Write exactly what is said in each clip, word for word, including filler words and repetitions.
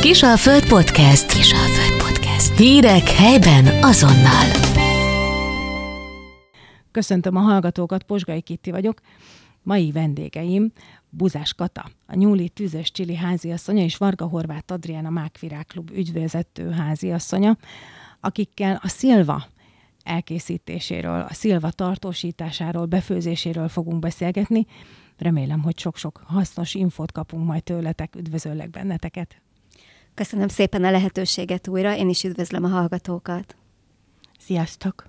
Kisalföld Podcast. Kisalföld Podcast. Hírek helyben azonnal. Köszöntöm a hallgatókat, Posgai Kitti vagyok. Mai vendégeim Buzás Kata, a Nyúli Tüzes Csili háziasszonya, és Varga Horváth Adrián, a Mákvirág Klub ügyvezető háziasszonya, akikkel a szilva elkészítéséről, a szilva tartósításáról, befőzéséről fogunk beszélgetni. Remélem, hogy sok-sok hasznos infót kapunk majd tőletek. Üdvözöllek benneteket! Köszönöm szépen a lehetőséget újra, én is üdvözlöm a hallgatókat. Sziasztok!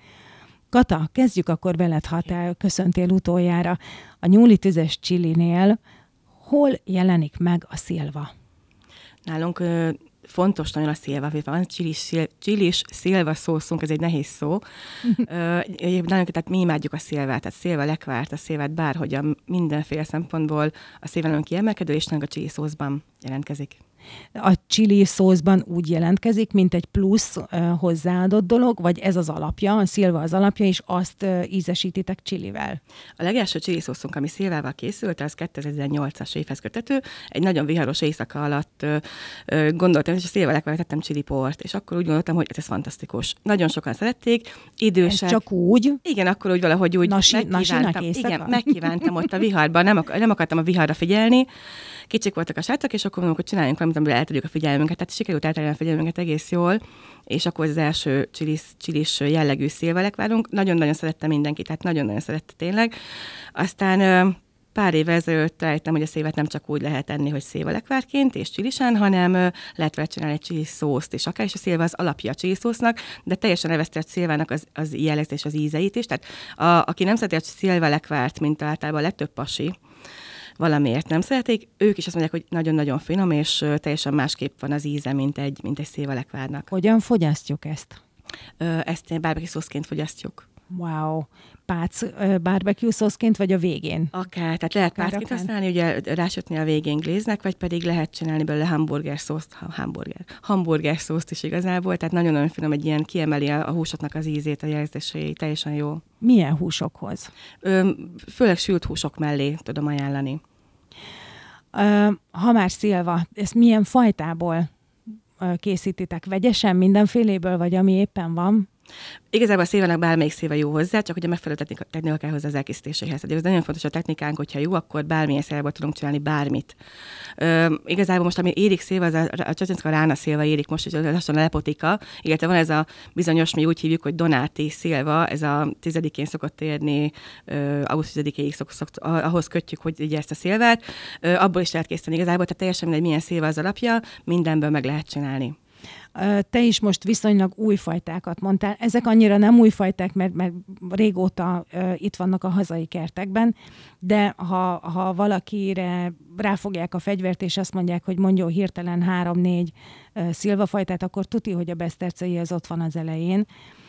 Kata, kezdjük akkor veled, ha te köszöntél utoljára. A Nyúli Tüzes Csilinél hol jelenik meg a szilva? Nálunk ö, fontos nagyon a szilva, van csilis, csilis szilva szószunk, ez egy nehéz szó. ö, nálunk, tehát mi imádjuk a szilvát, tehát szilva lekvárt, a szilvát bárhogyan, mindenféle szempontból a szilva nagyon kiemelkedő, és nálunk a csili szószban jelentkezik. A chili szószban úgy jelentkezik, mint egy plusz uh, hozzáadott dolog, vagy ez az alapja, a szilva az alapja, és azt uh, ízesítitek chilivel? A legelső chili szószunk, ami szilvával készült, az kétezer-nyolcas évhez köthető. Egy nagyon viharos éjszaka alatt uh, uh, gondoltam, hogy a szilva lekvárt tettem chiliport, és akkor úgy gondoltam, hogy ez fantasztikus. Nagyon sokan szerették, idősek. Ez csak úgy? Igen, akkor úgy valahogy úgy Nasi, megkívántam. Igen, megkívántam ott a viharban, nem, ak- nem akartam a viharra figyelni. Kicsik voltak a srácok, és akkor mondom, hogy csináljunk valamit, amiből eltudjuk a figyelmünket. Tehát sikerült elterelni a figyelmünket egész jól, és akkor az első csilis, csilis jellegű szilvalekvárunk. Nagyon-nagyon szerette mindenki, tehát nagyon-nagyon szerette tényleg. Aztán pár évvel ezelőtt rájöttem, hogy a szilvát nem csak úgy lehet enni, hogy szilvalekvárként és csilisen, hanem lehet vele csinálni egy csilis szószt is. Akár is a szilva az alapja a csilis szósznak, de teljesen elveszti a szilvának az, az jellegzést és az ízeit is. Tehát a, aki nem szereti a szilvalekvárt, mint általában a legtöbb pasi, valamiért nem szeretik, ők is azt mondják, hogy nagyon-nagyon finom, és teljesen másképp van az íze, mint egy, mint egy szilvalekvárnak. Hogyan fogyasztjuk ezt? Ezt barbecue szószként fogyasztjuk. Wow! Pác barbecue szószként, vagy a végén? Akár, tehát lehet pácként használni, ugye rásütni a végén gléznek, vagy pedig lehet csinálni belőle hamburger szószt, hamburger, hamburger szószt is igazából, tehát nagyon-nagyon finom, egy ilyen kiemeli a, a húsoknak az ízét, a jelzései, teljesen jó. Milyen húsokhoz? Ö, főleg sült húsok mellé tudom ajánlani. Ha már szilva, ezt milyen fajtából készítitek? Vegyesen, mindenféléből, vagy ami éppen van? Igazából a szilvának bármelyik szilva jó hozzá, csak hogy a megfelelő technika kell hozzá az elkészítéséhez. Ez nagyon fontos a technikánk, hogyha jó, akkor bármilyen szilvából tudunk csinálni bármit. Ö, igazából most, ami érik szilva, az a, a Csacsinszka rána szilva érik most, és lassan a lepotika, illetve van ez a bizonyos, mi úgy hívjuk, hogy Donáti szilva, ez a tizedikén szokott érni, augusztus tizedikéig szok, szok, ahhoz kötjük, hogy ugye ezt a szilvát, ö, abból is lehet készíteni igazából, tehát teljesen mindegy, milyen szilva az alapja, mindenből meg lehet csinálni. Te is most viszonylag új fajtákat mondtál. Ezek annyira nem új fajták, mert, mert régóta uh, itt vannak a hazai kertekben, de ha, ha valakire ráfogják a fegyvert, és azt mondják, hogy mondjon hirtelen három-négy uh, szilvafajtát, akkor tuti, hogy a besztercei az ott van az elején.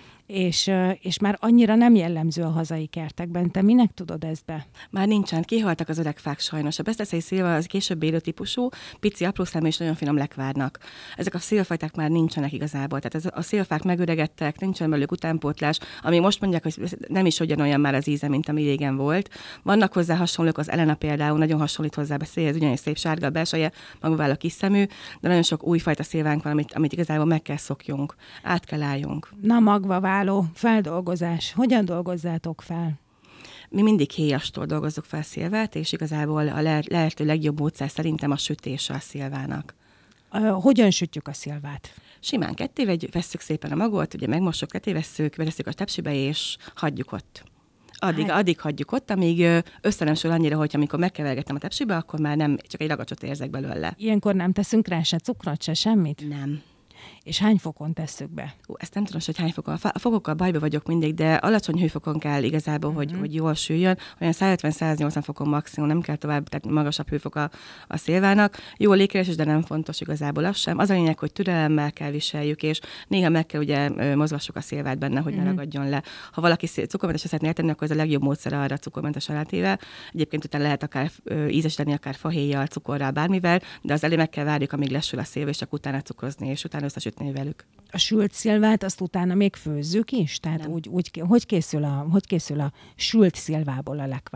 És, és már annyira nem jellemző a hazai kertekben. Te minek tudod ezt be? Már nincsen. Kihaltak az öreg fák sajnos. A besztercei szilva az később élő típusú, pici, apró számú és nagyon finom lekvárnak. Ezek a szilvafajták már nincsenek igazából. Tehát ez a szilvafák megöregedtek, nincsen belőlük utánpótlás, ami most mondják, hogy nem is ugyanolyan már az íze, mint ami régen volt. Vannak hozzá hasonlók, az Elena például nagyon hasonlít hozzá beszélhez, ugyanilyen szép sárga a belseje, magával a kis szemű, de nagyon sok újfajta szilvánk van, amit, amit igazából meg kell szokjunk, át kell álljunk. Na, magva feldolgozás. Hogyan dolgozzátok fel? Mi mindig héjastól dolgozzuk fel szilvát, és igazából a le- lehető legjobb módszer szerintem a sütése a szilvának. Uh, hogyan sütjük a szilvát? Simán ketté vesszük szépen a magot, ugye megmossuk, ketté vesszük, vesszük a tepsibe, és hagyjuk ott. Addig, hát. addig hagyjuk ott, amíg össze nem sül annyira, hogy amikor megkevergetem a tepsibe, akkor már nem, csak egy ragacsot érzek belőle. Ilyenkor nem teszünk rá se cukrot, se semmit? Nem. És hány fokon tesszük be? Ó, ezt nem tudom, hogy hány fokon. A fokokkal bajba vagyok mindig, de alacsony hőfokon kell igazából, mm-hmm. hogy, hogy jól süljön. Olyan százötven-száznyolcvan fokon maximum, nem kell tovább, tehát magasabb hőfok a, a szilvának. Jó a légkeresés, de nem fontos igazából az sem. Az a lényeg, hogy türelemmel kell viseljük, és néha meg kell ugye mozgassuk a szilvát benne, hogy mm-hmm. ne ragadjon le. Ha valaki cukormentes szeretné eltenni, akkor ez a legjobb módszer arra a cukormentes alátéve. Egyébként utána lehet akár ízesíteni, akár fahéjjal, cukorral, bármivel, de az elé meg kell várjuk, amíg lesül a szilva, és csak utána cukrozni, és utána összesütni velük. A sült szilvát azt utána még főzzük is? Tehát úgy, úgy, hogy, készül a, hogy készül a sült szilvából a lekvár?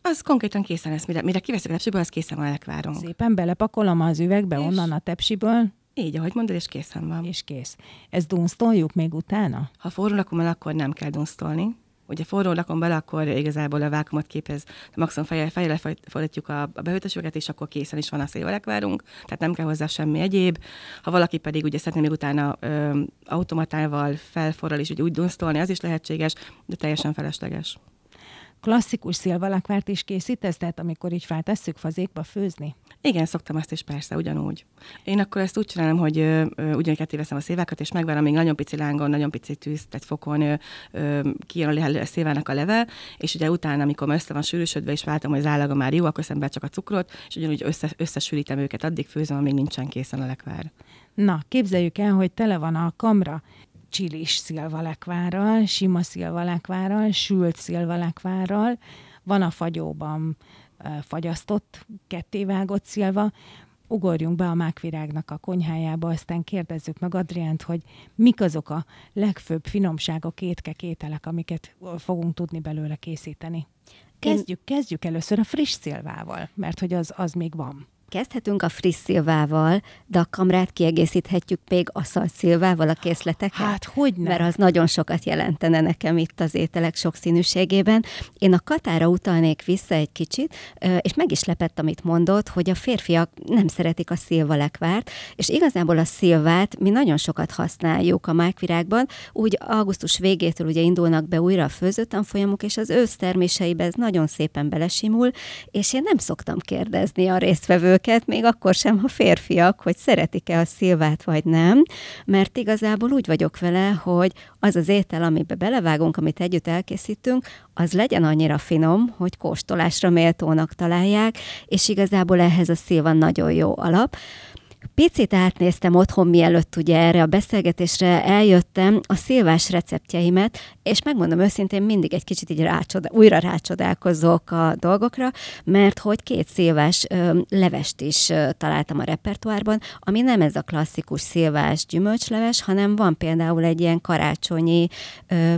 Az konkrétan készen lesz, mire, mire kiveszek a tepsiből, az készen van, lekvárunk. Szépen belepakolom az üvegbe, és onnan a tepsiből. Így, ahogy mondod, és készen van. És kész. Ezt dunsztoljuk még utána? Ha forró lakom el, akkor nem kell dunsztolni. Ugye forró lakom bele, akkor igazából a vákumot képez, maximum fejjel, fejjel fordítjuk a, a behűtős üveget, és akkor készen is van a szilvalekvárunk, tehát nem kell hozzá semmi egyéb. Ha valaki pedig ugye szeretné még utána ö, automatával felforral is úgy dunsztolni, az is lehetséges, de teljesen felesleges. Klasszikus szilvalekvárt is készítesz, tehát amikor így feltesszük fazékba főzni? Igen, szoktam azt is persze, ugyanúgy. Én akkor ezt úgy csinálom, hogy ugyanígy kettéveszem a szilvákat, és megvárom még nagyon pici lángon, nagyon pici tűz, tehát fokon ö, ö, kijön a szilvának a leve, és ugye utána, amikor már össze van sűrűsödve, és látom, hogy az állaga már jó, akkor szemben csak a cukrot, és ugyanúgy össze, összesűrítem őket, addig főzöm, amíg nincsen készen a lekvár. Na, képzeljük el, hogy tele van a kamra csilis szilvalekvárral, sima szilvalekvárral, sült szilvalekvárral, van a fagyóban fagyasztott, kettévágott szilva. Ugorjunk be a mákvirágnak a konyhájába, aztán kérdezzük meg Adriánt, hogy mik azok a legfőbb finomságok, étkek, ételek, amiket fogunk tudni belőle készíteni. Kezdjük, kezdjük először a friss szilvával, mert hogy az, az még van. Kezdhetünk a friss szilvával, de a kamrát kiegészíthetjük még aszalt szilvával a készleteket. Hát, hogy nem? Mert az nagyon sokat jelentene nekem itt az ételek sokszínűségében. Én a katára utalnék vissza egy kicsit, és meg is lepett, amit mondott, hogy a férfiak nem szeretik a szilvalekvárt, és igazából a szilvát mi nagyon sokat használjuk a mákvirágban, úgy augusztus végétől ugye indulnak be újra a főzőtanfolyamok, és az ősz terméseibe ez nagyon szépen belesimul, és én nem szoktam kérdezni a résztvevők, még akkor sem, ha férfiak, hogy szeretik-e a szilvát, vagy nem, mert igazából úgy vagyok vele, hogy az az étel, amiben belevágunk, amit együtt elkészítünk, az legyen annyira finom, hogy kóstolásra méltónak találják, és igazából ehhez a szilva nagyon jó alap. Picit átnéztem otthon, mielőtt ugye erre a beszélgetésre eljöttem a szilvás receptjeimet, és megmondom őszintén, mindig egy kicsit így rácsoda, újra rácsodálkozok a dolgokra, mert hogy két szilvás ö, levest is ö, találtam a repertoárban, ami nem ez a klasszikus szilvás gyümölcsleves, hanem van például egy ilyen karácsonyi ö,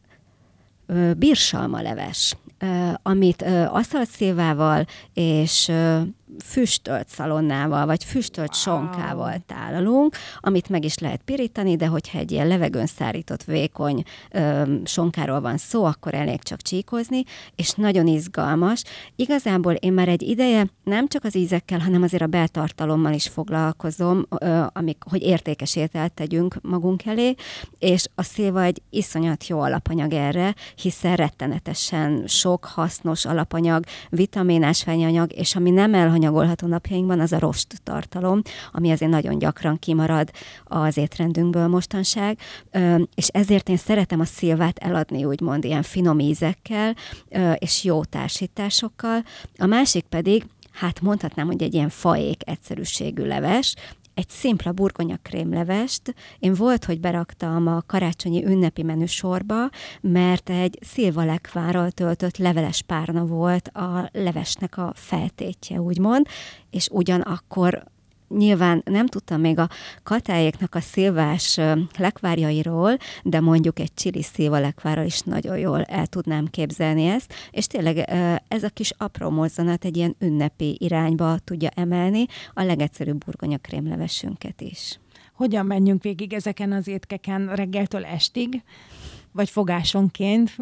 ö, birsalmaleves, ö, amit ö, aszalt szilvával és ö, füstölt szalonnával, vagy füstölt sonkával tálalunk, amit meg is lehet pirítani, de hogyha egy ilyen levegőn szárított vékony ö, sonkáról van szó, akkor elég csak csíkozni, és nagyon izgalmas. Igazából én már egy ideje nem csak az ízekkel, hanem azért a beltartalommal is foglalkozom, ö, amik, hogy értékes ételt tegyünk magunk elé, és a szilva egy iszonyat jó alapanyag erre, hiszen rettenetesen sok hasznos alapanyag, vitamin, ásványi anyag, és ami nem elhanyagolható napjainkban, az a rost tartalom, ami azért nagyon gyakran kimarad az étrendünkből mostanság, és ezért én szeretem a szilvát eladni, úgymond ilyen finom ízekkel, és jó társításokkal. A másik pedig, hát mondhatnám, hogy egy ilyen faék egyszerűségű leves, egy szimpla burgonya krémlevest. Én volt, hogy beraktam a karácsonyi ünnepi menüsorba, mert egy szilvalekvárral töltött leveles párna volt a levesnek a feltétje, úgymond, és ugyanakkor nyilván nem tudtam még a katájéknak a szilvás lekvárjairól, de mondjuk egy csili szilvalekvárral is nagyon jól el tudnám képzelni ezt, és tényleg ez a kis apró mozzanat egy ilyen ünnepi irányba tudja emelni a legegyszerűbb burgonya krémlevesünket is. Hogyan menjünk végig ezeken az étkeken reggeltől estig? Vagy fogásonként?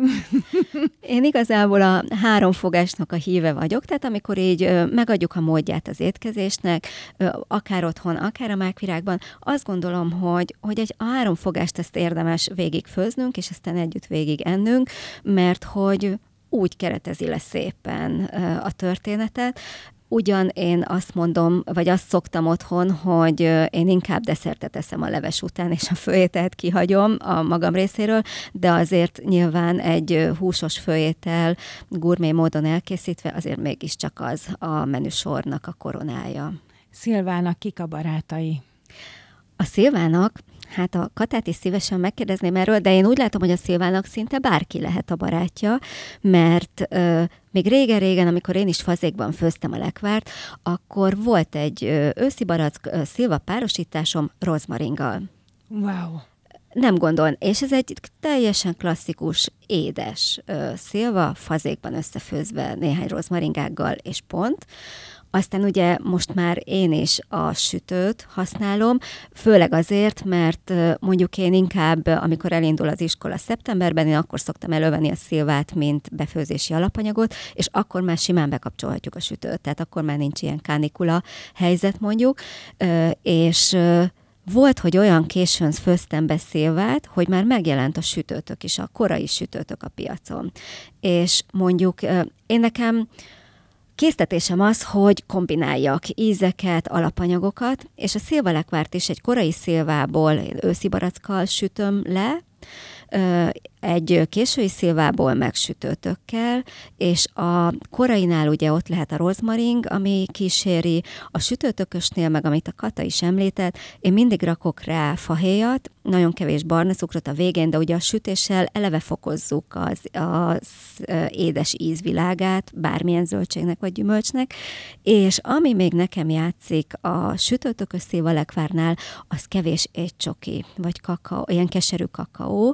Én igazából a három fogásnak a híve vagyok, tehát amikor így ö, megadjuk a módját az étkezésnek, ö, akár otthon, akár a mákvirágban, azt gondolom, hogy, hogy egy a három fogást ezt érdemes végig főznünk, és aztán együtt végig ennünk, mert hogy úgy keretezi le szépen ö, a történetet. Ugyan én azt mondom, vagy azt szoktam otthon, hogy én inkább desszertet eszem a leves után, és a főételt kihagyom a magam részéről, de azért nyilván egy húsos főétel gurmé módon elkészítve azért mégiscsak az a menüsornak a koronája. Szilvának kik a barátai? A Szilvának, hát a Katát is szívesen megkérdezném erről, de én úgy látom, hogy a Szilvának szinte bárki lehet a barátja, mert ö, még régen-régen, amikor én is fazékban főztem a lekvárt, akkor volt egy ö, őszi barack ö, szilva párosításom rozmaringgal. Wow! Nem gondol. És ez egy teljesen klasszikus, édes ö, szilva, fazékban összefőzve néhány rozmaringággal, és pont. Aztán ugye most már én is a sütőt használom, főleg azért, mert mondjuk én inkább, amikor elindul az iskola szeptemberben, én akkor szoktam elővenni a szilvát, mint befőzési alapanyagot, és akkor már simán bekapcsolhatjuk a sütőt, tehát akkor már nincs ilyen kánikula helyzet mondjuk, és volt, hogy olyan későn főztem be szilvát, hogy már megjelent a sütőtök is, a korai sütőtök a piacon. És mondjuk én nekem késztetésem az, hogy kombináljak ízeket, alapanyagokat, és a szilvalekvárt is egy korai szilvából, őszi barackkal sütöm le, egy késői szilvából megsütőtökkel, és a korainál ugye ott lehet a rozmaring, ami kíséri, a sütőtökösnél meg, amit a Kata is említett, én mindig rakok rá fahéjat, nagyon kevés barna cukrot a végén, de ugye a sütéssel eleve fokozzuk az, az édes ízvilágát, bármilyen zöldségnek vagy gyümölcsnek, és ami még nekem játszik a sütőtökös szilvalekvárnál, az kevés étcsoki, vagy kakaó, ilyen keserű kakaó,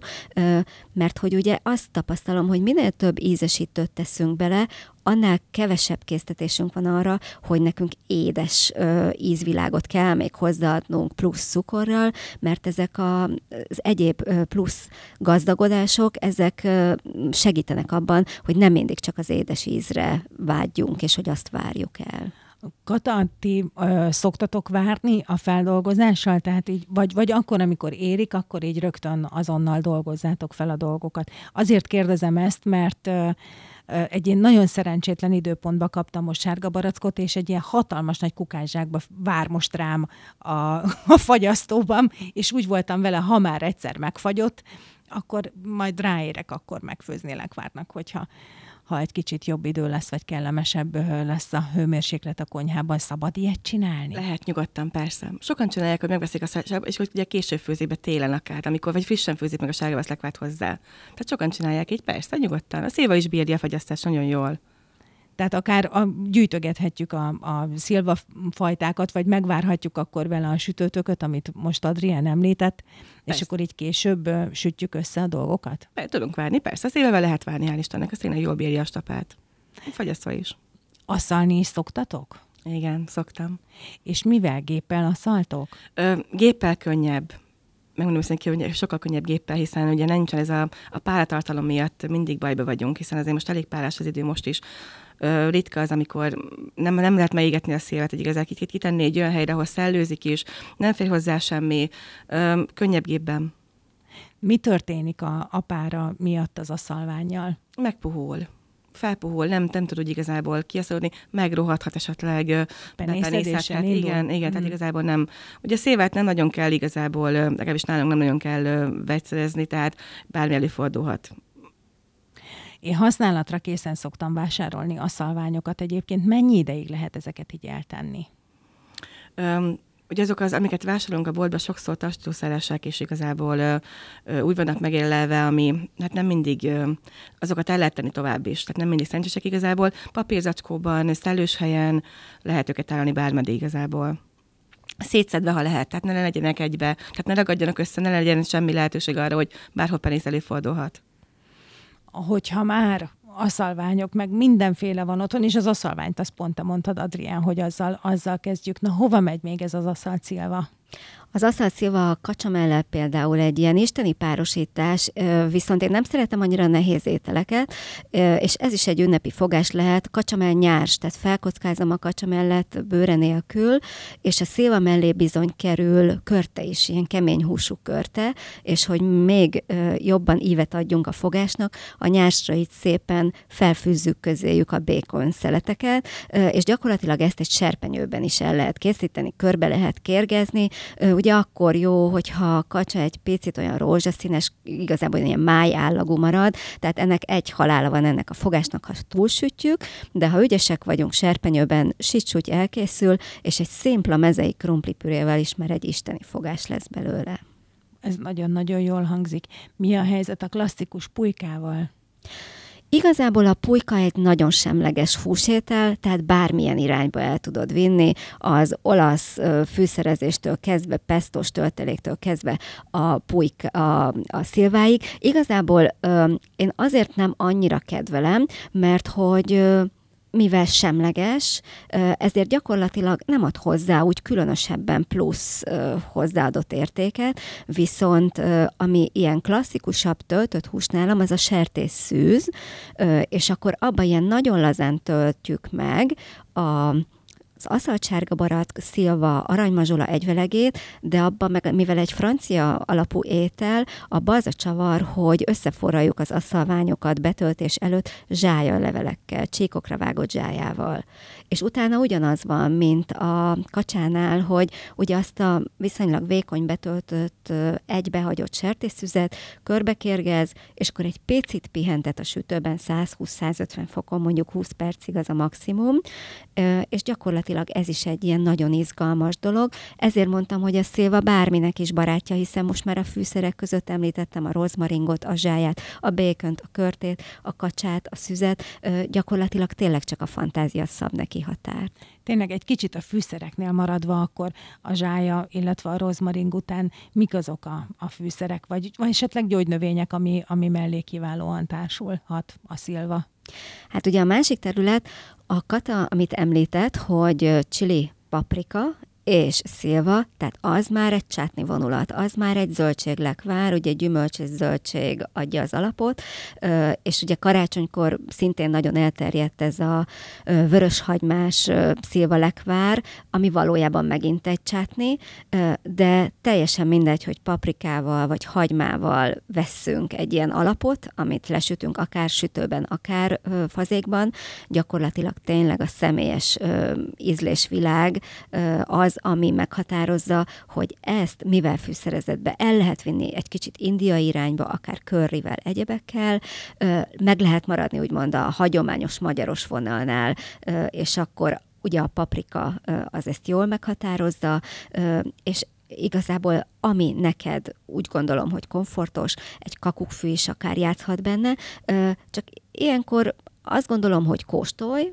mert hogy ugye azt tapasztalom, hogy minél több ízesítőt teszünk bele, annál kevesebb késztetésünk van arra, hogy nekünk édes ö, ízvilágot kell még hozzáadnunk plusz cukorral, mert ezek a, az egyéb ö, plusz gazdagodások, ezek ö, segítenek abban, hogy nem mindig csak az édes ízre vágyjunk, és hogy azt várjuk el. Kata, ti ö, szoktatok várni a feldolgozással? Tehát így, vagy, vagy akkor, amikor érik, akkor így rögtön azonnal dolgozzátok fel a dolgokat. Azért kérdezem ezt, mert ö, ö, egy ilyen nagyon szerencsétlen időpontba kaptam most sárga barackot, és egy ilyen hatalmas nagy kukászsákba vár most rám a, a fagyasztóban, és úgy voltam vele, ha már egyszer megfagyott, akkor majd ráérek, akkor megfőzni lekvárnak, hogyha ha egy kicsit jobb idő lesz, vagy kellemesebb lesz a hőmérséklet a konyhában, szabad ilyet csinálni? Lehet nyugodtan, persze. Sokan csinálják, hogy megveszik a sárga, és hogy ugye később főzik be télen akár, amikor vagy frissen főzik meg a sárga lekvárt hozzá. Tehát sokan csinálják így, persze, nyugodtan. A szilva is bírja a fagyasztást nagyon jól. Tehát akár a, gyűjtögethetjük a, a szilvafajtákat, vagy megvárhatjuk akkor vele a sütőtököt, amit most Adrián említett, persze. És akkor így később uh, sütjük össze a dolgokat? Be, tudunk várni, persze. A szilvával lehet várni, hál' Istennek, az tényleg jól bírja a stapát. Fagyasztva is. Asszalni is szoktatok? Igen, szoktam. És mivel géppel asszaltok? Ö, géppel könnyebb. Megmondom őszintén, hogy sokkal könnyebb géppel, hiszen ugye nincsen ez a, a páratartalom miatt mindig bajba vagyunk, hiszen azért most elég párás az idő most is. Ö, ritka az, amikor nem, nem lehet meégetni a szilvát, hogy igazán kitenni egy olyan helyre, ahol szellőzik is, nem fér hozzá semmi, ö, könnyebb gépben. Mi történik a, a pára miatt az asszalvánnyal? Megpuhul. Felpuhul, nem, nem tud úgy igazából kiaszolódni, megrohadhat esetleg penészedéssel. Igen, igen, mm. tehát igazából nem. Ugye a szilvát nem nagyon kell igazából, legalábbis nálunk nem nagyon kell vegyszerezni, tehát bármi előfordulhat. Én használatra készen szoktam vásárolni asszalványokat. Egyébként mennyi ideig lehet ezeket így eltenni? Um, Ugye azok, az, amiket vásárolunk a boltba, sokszor tasítószeresek, és igazából ö, ö, úgy vannak megélelve, ami hát nem mindig, ö, azokat el lehet tenni tovább is. Tehát nem mindig szerencsések igazából. Papírzacskóban, szellős helyen lehet őket állni bármeddig igazából. Szétszedve, ha lehet, tehát ne legyenek egybe, tehát ne ragadjanak össze, ne legyen semmi lehetőség arra, hogy bárhol penész előfordulhat. Hogyha már asszalványok, meg mindenféle van otthon, és az asszalványt, azt pont te mondtad, Adrián, hogy azzal, azzal kezdjük. Na, hova megy még ez az asszalcilva? Az asszalcilva a kacsa mellett például egy ilyen isteni párosítás, viszont én nem szeretem annyira nehéz ételeket, és ez is egy ünnepi fogás lehet. Kacsamell nyárs, tehát felkockázom a kacsa mellett bőre nélkül, és a szilva mellé bizony kerül körte is, ilyen kemény húsú körte, és hogy még jobban ívet adjunk a fogásnak, a nyársra itt szépen felfűzzük közéjük a békon szeleteket, és gyakorlatilag ezt egy serpenyőben is el lehet készíteni, körbe lehet kérgezni. Ugye akkor jó, hogyha a kacsa egy picit olyan rózsaszínes, igazából ilyen máj állagú marad, tehát ennek egy halála van ennek a fogásnak, ha túlsütjük, de ha ügyesek vagyunk, serpenyőben sicsúgy elkészül, és egy szimpla mezei krumplipürével is már egy isteni fogás lesz belőle. Ez nagyon-nagyon jól hangzik. Mi a helyzet a klasszikus pulykával? Igazából a pulyka egy nagyon semleges húsétel, tehát bármilyen irányba el tudod vinni, az olasz fűszerezéstől kezdve, pestos tölteléktől kezdve a pulyk, a, a szilváig. Igazából én azért nem annyira kedvelem, mert hogy mivel semleges, ezért gyakorlatilag nem ad hozzá úgy különösebben plusz hozzáadott értéket, viszont ami ilyen klasszikusabb töltött hús nálam, az a sertésszűz, és akkor abban ilyen nagyon lazán töltjük meg a az aszaltsárga barack, szilva, aranymazsola egyvelegét, de abban meg, mivel egy francia alapú étel, abban az a csavar, hogy összeforraljuk az aszalványokat betöltés előtt zsájalevelekkel, csíkokra vágott zsájával. És utána ugyanaz van, mint a kacsánál, hogy ugye azt a viszonylag vékony betöltött, egybehagyott sertésszüzet körbekérgez, és akkor egy picit pihentet a sütőben, száz húsz száz ötven fokon, mondjuk húsz percig az a maximum, és gyakorlatilag ez is egy ilyen nagyon izgalmas dolog. Ezért mondtam, hogy a szilva bárminek is barátja, hiszen most már a fűszerek között említettem a rozmaringot, a zsáját, a békönt, a körtét, a kacsát, a szüzet. Gyakorlatilag tényleg csak a fantázia szab neki határt. Tényleg egy kicsit a fűszereknél maradva akkor a zsája, illetve a rozmaring után mik azok a, a fűszerek, vagy, vagy esetleg gyógynövények, ami, ami mellé kiválóan társulhat a szilva? Hát ugye a másik terület, a kata, amit említett, hogy chili, paprika és szilva, tehát az már egy csátni vonulat, az már egy zöldséglekvár, ugye gyümölcs és zöldség adja az alapot, és ugye karácsonykor szintén nagyon elterjedt ez a vöröshagymás szilvalekvár, ami valójában megint egy csátni, de teljesen mindegy, hogy paprikával vagy hagymával vesszünk egy ilyen alapot, amit lesütünk akár sütőben, akár fazékban, gyakorlatilag tényleg a személyes ízlésvilág az, ami meghatározza, hogy ezt mivel fűszerezett be. El lehet vinni egy kicsit indiai irányba, akár curryvel, egyebekkel, meg lehet maradni úgymond a hagyományos magyaros vonalnál, és akkor ugye a paprika az ezt jól meghatározza, és igazából ami neked úgy gondolom, hogy komfortos, egy kakukkfű is akár játszhat benne, csak ilyenkor azt gondolom, hogy kóstolj,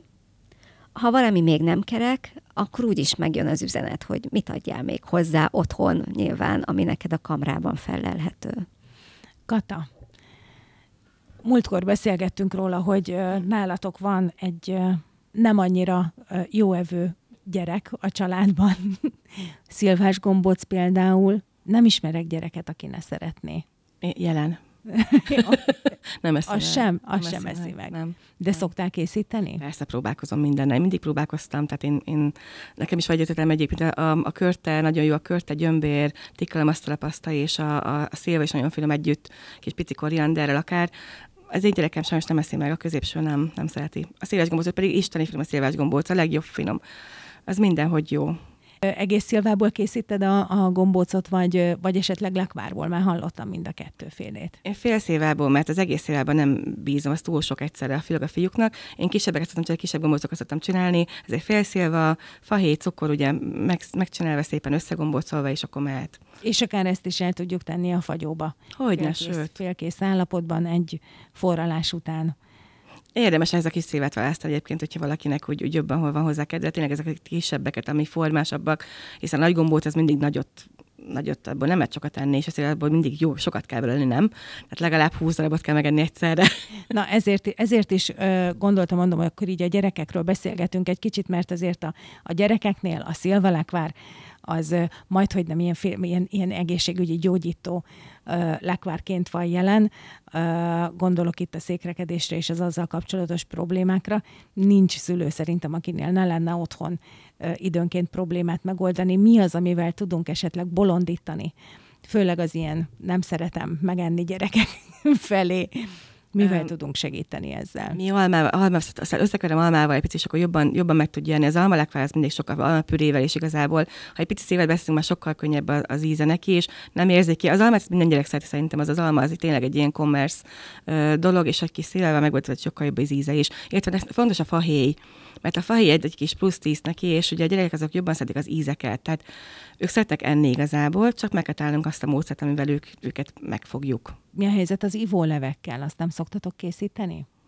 ha valami még nem kerek, akkor úgyis megjön az üzenet, hogy mit adjál még hozzá otthon nyilván, ami neked a kamrában felelhető. Kata, múltkor beszélgettünk róla, hogy nálatok van egy nem annyira jóevő gyerek a családban. Szilvás gombóc például. Nem ismerek gyereket, aki ne szeretné. Jelen. nem eszi az sem, az sem eszi meg. meg. Nem. De nem. Szoktál készíteni? Persze próbálkozom mindennel. Mindig próbálkoztam, tehát én, én nekem is vagy ötletem egyébként. A, a, a körte nagyon jó, a körte, gyömbér, tikkalamasztalapaszta és a, a, a szilva is nagyon finom együtt, kis pici korianderrel akár. Az egy gyerekem sajnos nem eszi meg, a középső nem, nem szereti. A szilvás gombócot pedig isteni finom a szilvás gombóc, a legjobb finom. Az mindenhogy jó. Egész szilvából készíted a, a gombócot, vagy, vagy esetleg lekvárból? Már hallottam mind a kettőfélét. Én fél szilvából, mert az egész szilvában nem bízom, az túl sok egyszerre, főleg a fiúknak. Én kisebbeket szoktam csinálni, kisebb gombócokat szoktam csinálni, ez egy fél szilva, fahéj, cukor, ugye meg, megcsinálva szépen összegombócolva, és akkor mehet. És akár ezt is el tudjuk tenni a fagyóba. Hogyne, félkész, sőt. Félkész állapotban egy forralás után. Érdemes ez a kis szilvát választani egyébként, hogyha valakinek úgy, úgy jobban hol van hozzá kedve. Tényleg ezek a kisebbeket, ami formásabbak, hiszen a nagy gombóc az mindig nagyot, nagyot abból nem lehet sokat tenni, és a szilvából mindig jó, sokat kell belőle, nem? Tehát legalább húsz darabot kell megenni egyszerre. Na ezért, ezért is ö, gondoltam, mondom, hogy akkor így a gyerekekről beszélgetünk egy kicsit, mert azért a, a gyerekeknél a szilvalekvár az majd, hogy nem ilyen, ilyen, ilyen egészségügyi gyógyító ö, lekvárként van jelen. Ö, gondolok itt a székrekedésre és az azzal kapcsolatos problémákra. Nincs szülő szerintem, akinél ne lenne otthon ö, időnként problémát megoldani. Mi az, amivel tudunk esetleg bolondítani? Főleg az ilyen nem szeretem megenni gyerekek felé. Mivel um, tudunk segíteni ezzel? Mi almával, almával összekeverem almával egy picit, és akkor jobban, jobban meg tud jönni. Az almalekvár az mindig sokkal almapürével, és igazából, ha egy picit szívvel beszélünk, már sokkal könnyebb az íze neki, és nem érzik ki. Az almát minden gyerek szereti szerintem, az az alma, az tényleg egy ilyen commerce uh, dolog, és egy kis szívvel meg volt, hogy sokkal jobb az íze is. Értve, fontos a fahéj, mert a fahéj egy, egy kis plusz tíz neki, és ugye a gyerekek azok jobban szeretik az ízeket, tehát ők szeretnek enni igazából, csak meg kell találnunk azt a módszert, amivel ők, őket megfogjuk. Mi a helyzet az ivólevekkel? Azt nem szoktatok készíteni?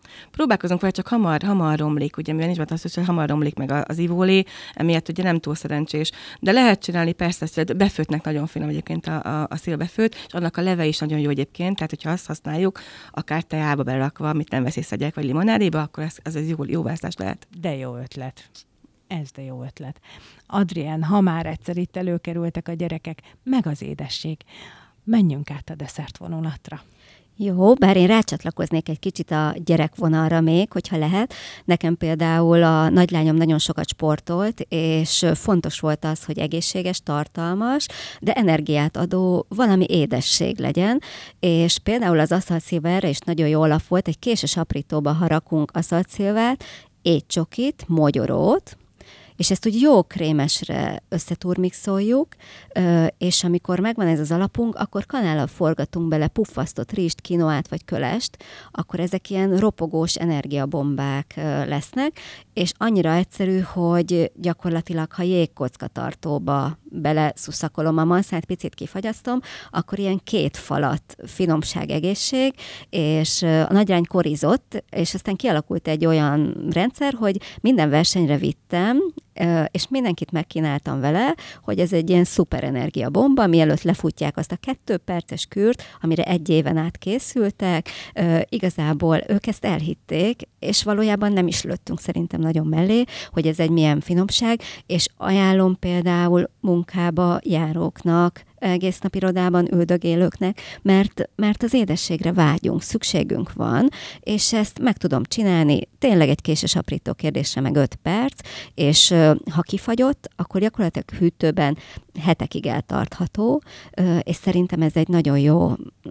Próbálkozunk vele, csak hamar, hamar romlik, ugye, mivel nincs benne az, hogy hamar romlik meg az ivólé, emiatt ugye nem túl szerencsés. De lehet csinálni, persze, befőtnek nagyon finom egyébként a, a, a szilbefőt, és annak a leve is nagyon jó egyébként, tehát hogyha azt használjuk, akár teába berakva, amit nem veszi szegyek, vagy limonádéba, akkor ez, ez egy jó, jó választás lehet. De jó ötlet. Ez de jó ötlet. Adrián, ha már egyszer itt előkerültek a gyerekek, meg az édesség, menjünk át a desszertvonulatra. Jó, bár én rácsatlakoznék egy kicsit a gyerekvonalra még, hogyha lehet. Nekem például a nagylányom nagyon sokat sportolt, és fontos volt az, hogy egészséges, tartalmas, de energiát adó valami édesség legyen, és például az aszaltszilva erre is nagyon jó alap volt, egy késes aprítóba harakunk aszaltszilvát, étcsokit, mogyorót, és ezt úgy jó krémesre összeturmixoljuk, és amikor megvan ez az alapunk, akkor kanállal forgatunk bele puffasztott rizst, kinoát vagy kölest, akkor ezek ilyen ropogós energiabombák lesznek, és annyira egyszerű, hogy gyakorlatilag, ha jégkockatartóba bele szuszakolom a manszát, picit kifagyasztom, akkor ilyen két falat finomság, egészség, és a nagylány korizott, és aztán kialakult egy olyan rendszer, hogy minden versenyre vittem, és mindenkit megkínáltam vele, hogy ez egy ilyen szuper energiabomba, mielőtt lefutják azt a kettő perces kürt, amire egy éven át készültek, igazából ők ezt elhitték, és valójában nem is lőttünk szerintem nagyon mellé, hogy ez egy milyen finomság, és ajánlom például munkába járóknak, egész nap irodában üldögélőknek, mert, mert az édességre vágyunk, szükségünk van, és ezt meg tudom csinálni, tényleg egy késes aprító kérdésre meg öt perc, és ha kifagyott, akkor gyakorlatilag hűtőben hetekig eltartható, és szerintem ez egy nagyon jó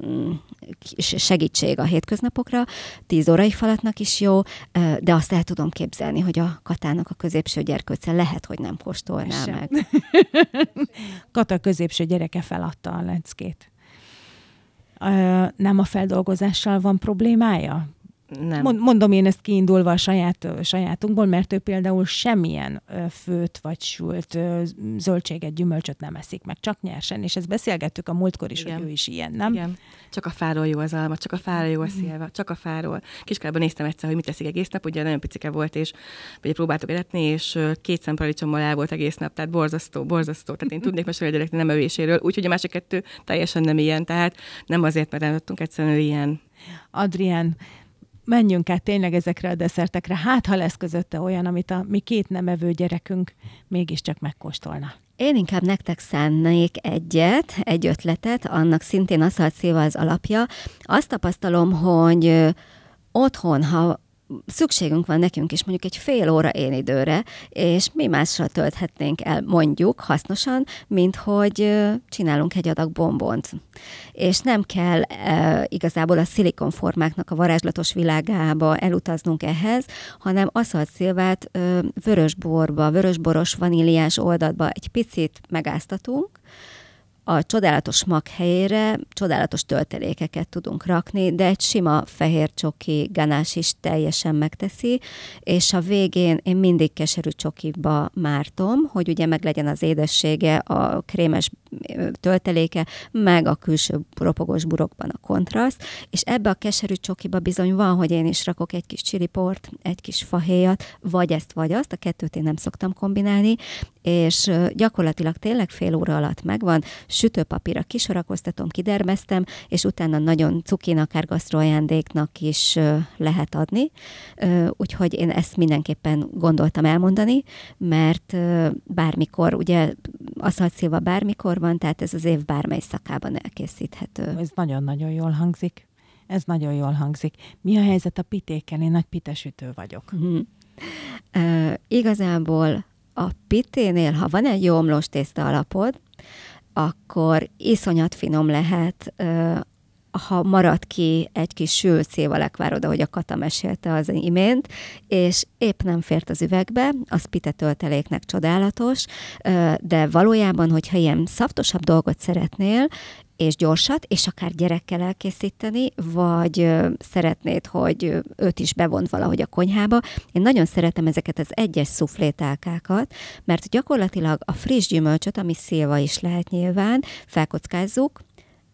segítség a hétköznapokra, tíz órai falatnak is jó, de azt el tudom képzelni, hogy a Katának a középső gyerkőce lehet, hogy nem kóstolná meg. Kata középső gyereke feladta a leckét. Nem a feldolgozással van problémája? Nem. Mondom én ezt kiindulva a saját, sajátunkból, mert ő például semmilyen főt vagy sült zöldséget, gyümölcsöt nem eszik meg, csak nyersen, és ezt beszélgettük a múltkor is, igen, hogy ő is ilyen, nem? Igen. Csak a fáról jó az alma, csak a fáról jó a szilva, csak a fáról. Kiskorában néztem egyszer, hogy mit eszik egész nap, ugye nagyon picike volt, és ugye próbáltuk etetni, és két szem paradicsommal el volt egész nap, tehát borzasztó, borzasztó. Tehát én tudnék mesélni a gyereknek nem evéséről, úgyhogy a másik kettő teljesen nem ilyen, tehát nem azért, mert elmondtunk, egyszerűen ő ilyen. Adrián, menjünk át tényleg ezekre a desszertekre, hát ha lesz közötte olyan, amit a mi két nem evő gyerekünk mégiscsak megkóstolna. Én inkább nektek szánnék egyet, egy ötletet, annak szintén aszaltszilva az alapja. Azt tapasztalom, hogy otthon, ha szükségünk van nekünk is mondjuk egy fél óra én időre, és mi mással tölthetnénk el mondjuk hasznosan, mint hogy csinálunk egy adag bombont. És nem kell e, igazából a szilikonformáknak a varázslatos világába elutaznunk ehhez, hanem aszaltszilvát e, vörösborba, vörösboros vaníliás oldatba egy picit megáztatunk, a csodálatos mag helyére csodálatos töltelékeket tudunk rakni, de egy sima fehér csoki ganás is teljesen megteszi, és a végén én mindig keserű csokiba mártom, hogy ugye meglegyen az édessége, a krémes tölteléke, meg a külső ropogós burokban a kontraszt, és ebbe a keserű csokiba bizony van, hogy én is rakok egy kis csiriport, egy kis fahéjat, vagy ezt, vagy azt, a kettőt én nem szoktam kombinálni, és gyakorlatilag tényleg fél óra alatt megvan, sütőpapírra kisorakoztatom, kidermesztem, és utána nagyon cukin, akár gasztroajándéknak is lehet adni. Úgyhogy én ezt mindenképpen gondoltam elmondani, mert bármikor, ugye aszaltszilva bármikor van, tehát ez az év bármely szakában elkészíthető. Ez nagyon-nagyon jól hangzik. Ez nagyon jól hangzik. Mi a helyzet a pitékkel? Én nagy pitesütő vagyok. Mm. Uh, igazából a piténél, ha van egy jó omlós tészta alapod, akkor iszonyat finom lehet, ha marad ki egy kis sült szilvalekvárod, ahogy a Kata mesélte az imént, és épp nem fért az üvegbe, az pite tölteléknek csodálatos, de valójában, hogyha ilyen szaftosabb dolgot szeretnél, és gyorsat, és akár gyerekkel elkészíteni, vagy szeretnéd, hogy őt is bevont valahogy a konyhába. Én nagyon szeretem ezeket az egyes szuflétálkákat, mert gyakorlatilag a friss gyümölcsöt, ami szilva is lehet nyilván, felkockázzuk,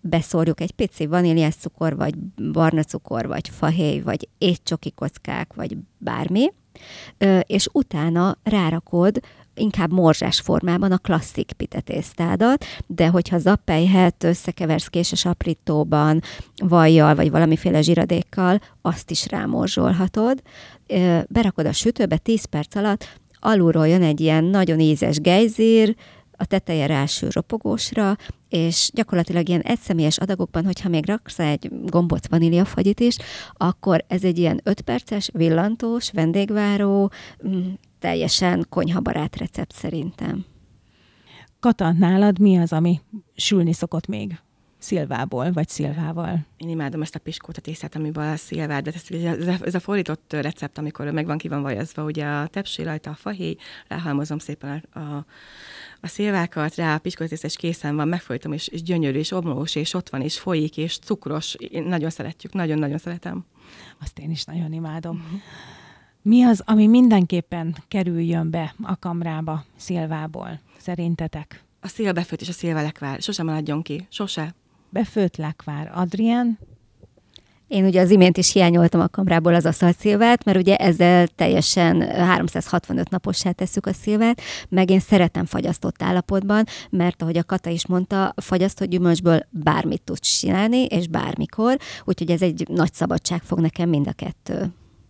beszórjuk egy pici vaníliás cukor, vagy barna cukor, vagy fahéj, vagy étcsoki kockák, vagy bármi, és utána rárakod inkább morzsás formában a klasszik pitetésztádat, de hogyha zappelyhet összekeversz késes aprítóban, vajjal, vagy valamiféle zsiradékkal, azt is rámorzsolhatod. Berakod a sütőbe tíz perc alatt, alulról jön egy ilyen nagyon ízes gejzír, a teteje rásül ropogósra, és gyakorlatilag ilyen egyszemélyes adagokban, hogyha még raksz egy gombóc vaníliafagyit is, akkor ez egy ilyen öt perces, villantós, vendégváró, teljesen konyhabarát recept szerintem. Kata, nálad mi az, ami sülni szokott még szilvából, vagy szilvával? Én imádom ezt a piskótatészet, amiben a szilvát, de ez, ez, ez a fordított recept, amikor meg van ki van vajazva, ugye a tepsi rajta a fahéj, ráhalmozom szépen a, a, a szilvákat, rá a piskótatészet, és készen van, megfordítom, és, és gyönyörű, és omlós, és ott van, és folyik, és cukros. Én nagyon szeretjük, nagyon-nagyon szeretem. Azt én is nagyon imádom. Uh-huh. Mi az, ami mindenképpen kerüljön be a kamrába szilvából, szerintetek? A szilbefőt és a szilvelekvár. Sose maradjon ki. Sose. Befőtt lekvár. Adrián? Én ugye az imént is hiányoltam a kamrából az aszalt szilvát, mert ugye ezzel teljesen háromszázhatvanöt napossá tesszük a szilvát, meg én szeretem fagyasztott állapotban, mert ahogy a Kata is mondta, fagyasztott gyümölcsből bármit tudsz csinálni, és bármikor, úgyhogy ez egy nagy szabadság fog nekem mind a kettő.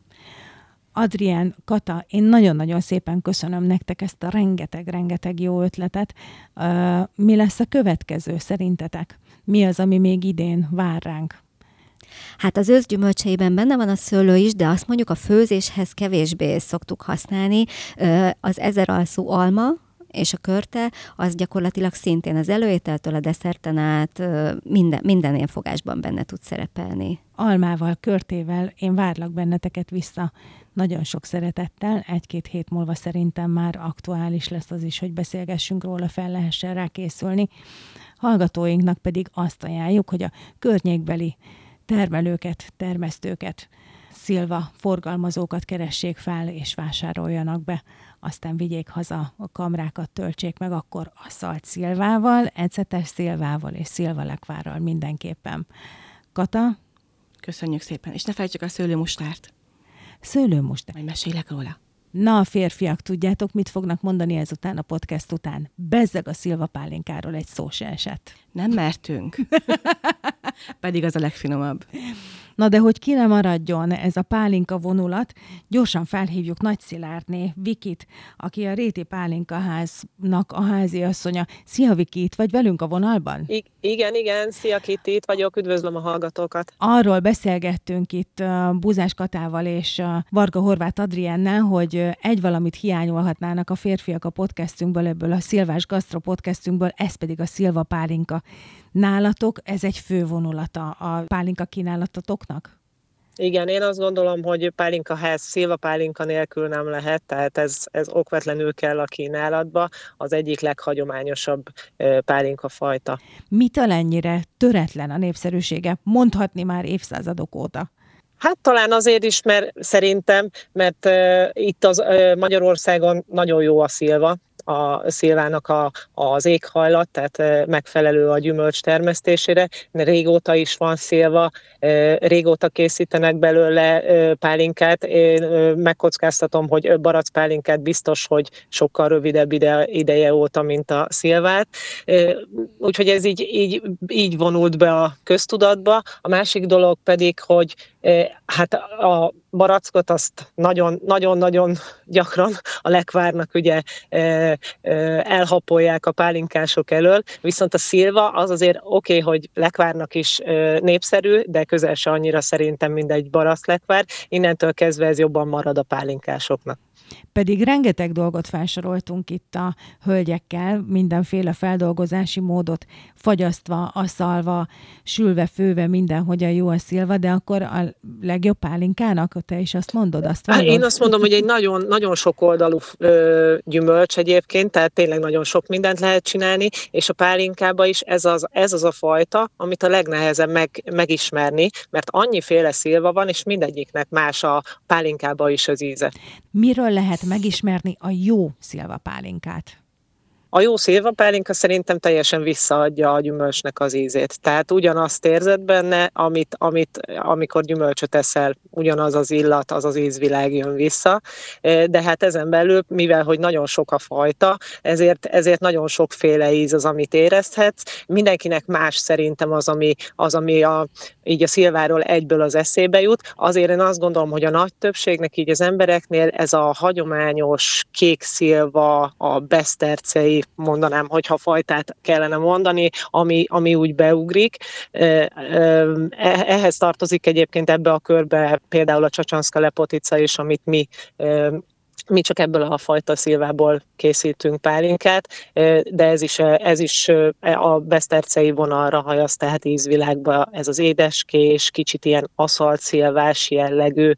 Adrián, Kata, én nagyon-nagyon szépen köszönöm nektek ezt a rengeteg-rengeteg jó ötletet. Uh, mi lesz a következő szerintetek? Mi az, ami még idén vár ránk? Hát az őszgyümölcseiben benne van a szőlő is, de azt mondjuk a főzéshez kevésbé szoktuk használni. Az ezeralszú alma és a körte, az gyakorlatilag szintén az előételtől a desszerten át minden, minden ilyen fogásban benne tud szerepelni. Almával, körtével én várlak benneteket vissza nagyon sok szeretettel. Egy-két hét múlva szerintem már aktuális lesz az is, hogy beszélgessünk róla, fel lehessen rá készülni. Hallgatóinknak pedig azt ajánljuk, hogy a környékbeli termelőket, termesztőket, szilva forgalmazókat keressék fel és vásároljanak be, aztán vigyék haza a kamrákat, töltsék meg akkor asszalt szilvával, ecetes szilvával és szilvalekvárral mindenképpen. Kata? Köszönjük szépen, és ne felejtsük a szőlőmustárt. Szőlőmustárt. Majd mesélek róla. Na, a férfiak, tudjátok, mit fognak mondani ezután a podcast után? Bezzeg a szilvapálinkáról egy szó se esett. Nem mertünk. Pedig az a legfinomabb. Na de hogy ki ne maradjon ez a pálinka vonulat, gyorsan felhívjuk Nagy Szilárdné, Vikit, aki a Réti Pálinkaháznak a háziasszonya. Szia Viki, itt vagy velünk a vonalban? I- igen, igen, szia Kitti, itt vagyok, üdvözlöm a hallgatókat. Arról beszélgettünk itt uh, Búzás Katával és uh, Varga Horváth Adriennel, hogy uh, egy valamit hiányolhatnának a férfiak a podcastünkből, ebből a Szilvás Gasztro podcastünkből, ez pedig a szilva pálinka. Nálatok ez egy fő vonulata a pálinka kínálatotoknak? Igen, én azt gondolom, hogy pálinkaház szilva pálinka nélkül nem lehet, tehát ez, ez okvetlenül kell a kínálatba, az egyik leghagyományosabb pálinkafajta. Mitől ennyire töretlen a népszerűsége? Mondhatni már évszázadok óta. Hát talán azért is, mert szerintem, mert uh, itt az uh, Magyarországon nagyon jó a szilva, a szilvának a, az éghajlat, tehát megfelelő a gyümölcs termesztésére. Régóta is van szilva, régóta készítenek belőle pálinkát. Én megkockáztatom, hogy barack pálinkát biztos, hogy sokkal rövidebb ide, ideje óta, mint a szilvát. Úgyhogy ez így, így, így vonult be a köztudatba. A másik dolog pedig, hogy hát a barackot azt nagyon-nagyon gyakran a lekvárnak ugye elhapolják a pálinkások elől, viszont a szilva az azért oké, okay, hogy lekvárnak is népszerű, de közel se annyira szerintem, mint egy baracklekvár. Innentől kezdve ez jobban marad a pálinkásoknak. Pedig rengeteg dolgot felsoroltunk itt a hölgyekkel, mindenféle feldolgozási módot fagyasztva, asszalva, sülve, főve, mindenhogyan jó a szilva, de akkor a legjobb pálinkának, te is azt mondod, azt mondod? Én azt mondom, hogy egy nagyon, nagyon sokoldalú ö, gyümölcs egyébként, tehát tényleg nagyon sok mindent lehet csinálni, és a pálinkába is ez az, ez az a fajta, amit a legnehezebb meg, megismerni, mert annyiféle szilva van, és mindegyiknek más a pálinkába is az íze. Miről lehet megismerni a jó szilvapálinkát? A jó szilvapálinka szerintem teljesen visszaadja a gyümölcsnek az ízét. Tehát ugyanazt érzed benne, amit, amit, amikor gyümölcsöt eszel, ugyanaz az illat, az az ízvilág jön vissza. De hát ezen belül, mivel hogy nagyon sok a fajta, ezért, ezért nagyon sokféle íz az, amit érezhetsz. Mindenkinek más szerintem az, ami, az, ami a, így a szilváról egyből az eszébe jut. Azért én azt gondolom, hogy a nagy többségnek így az embereknél ez a hagyományos kék szilva, a besztercei, mondanám, hogyha fajtát kellene mondani, ami, ami úgy beugrik. Ehhez tartozik egyébként ebbe a körbe például a Csacsanszka lepotica is, amit mi Mi csak ebből a fajta szilvából készítünk pálinkát, de ez is, ez is a besztercei vonalra hajaz, tehát ízvilágba ez az édeskés, kicsit ilyen aszalt szilvás jellegű,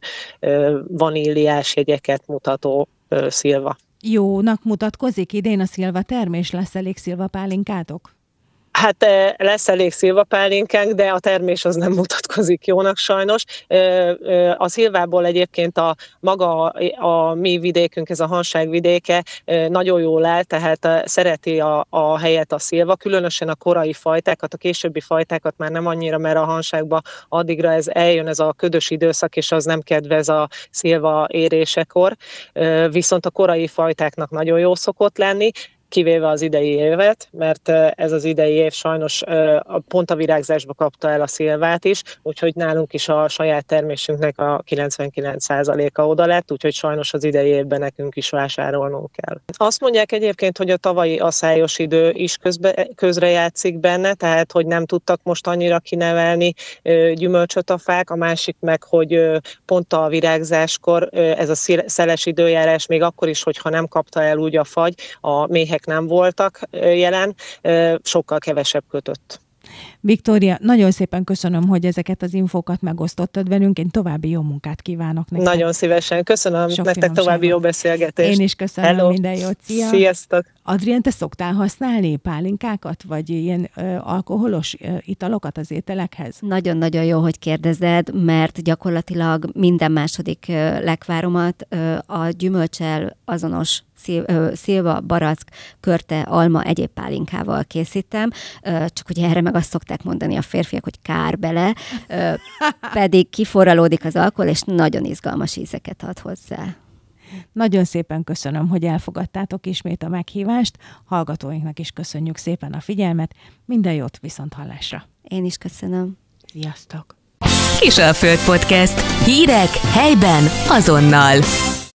vaníliás jegyeket mutató szilva. Jónak mutatkozik idén a szilvatermés? Lesz elég szilvapálinkátok? Hát lesz elég szilvapálinkánk, de a termés az nem mutatkozik jónak sajnos. A szilvából egyébként a maga a mi vidékünk, ez a Hanság vidéke nagyon jól áll, tehát szereti a, a helyet a szilva, különösen a korai fajtákat, a későbbi fajtákat már nem annyira, mert a Hanságba addigra ez eljön ez a ködös időszak, és az nem kedvez a szilva érésekor, viszont a korai fajtáknak nagyon jó szokott lenni, kivéve az idei évet, mert ez az idei év sajnos pont a virágzásba kapta el a szilvát is, úgyhogy nálunk is a saját termésünknek a kilencvenkilenc százaléka oda lett, úgyhogy sajnos az idei évben nekünk is vásárolnunk kell. Azt mondják egyébként, hogy a tavalyi aszályos idő is közbe, közre játszik benne, tehát hogy nem tudtak most annyira kinevelni gyümölcsöt a fák, a másik meg, hogy pont a virágzáskor ez a szeles időjárás, még akkor is, hogyha nem kapta el úgy a fagy, a méhek nem voltak jelen, sokkal kevesebb kötött. Viktória, nagyon szépen köszönöm, hogy ezeket az infókat megosztottad velünk. Én további jó munkát kívánok nektek. Nagyon szívesen. Köszönöm Sok nektek további jó beszélgetést. Én is köszönöm. Hello. Minden jót. Szia. Sziasztok. Adrián, te szoktál használni pálinkákat, vagy ilyen ö, alkoholos ö, italokat az ételekhez? Nagyon-nagyon jó, hogy kérdezed, mert gyakorlatilag minden második ö, lekváromat ö, a gyümölcsel azonos szil, ö, szilva, barack, körte, alma, egyéb pálinkával készítem, ö, csak ugye erre meg azt szokták mondani a férfiak, hogy kár bele, ö, pedig kiforralódik az alkohol, és nagyon izgalmas ízeket ad hozzá. Nagyon szépen köszönöm, hogy elfogadtátok ismét a meghívást. Hallgatóinknak is köszönjük szépen a figyelmet. Minden jót, viszont hallásra. Én is köszönöm. Sziasztok! Kisalföld Podcast. Hírek helyben azonnal.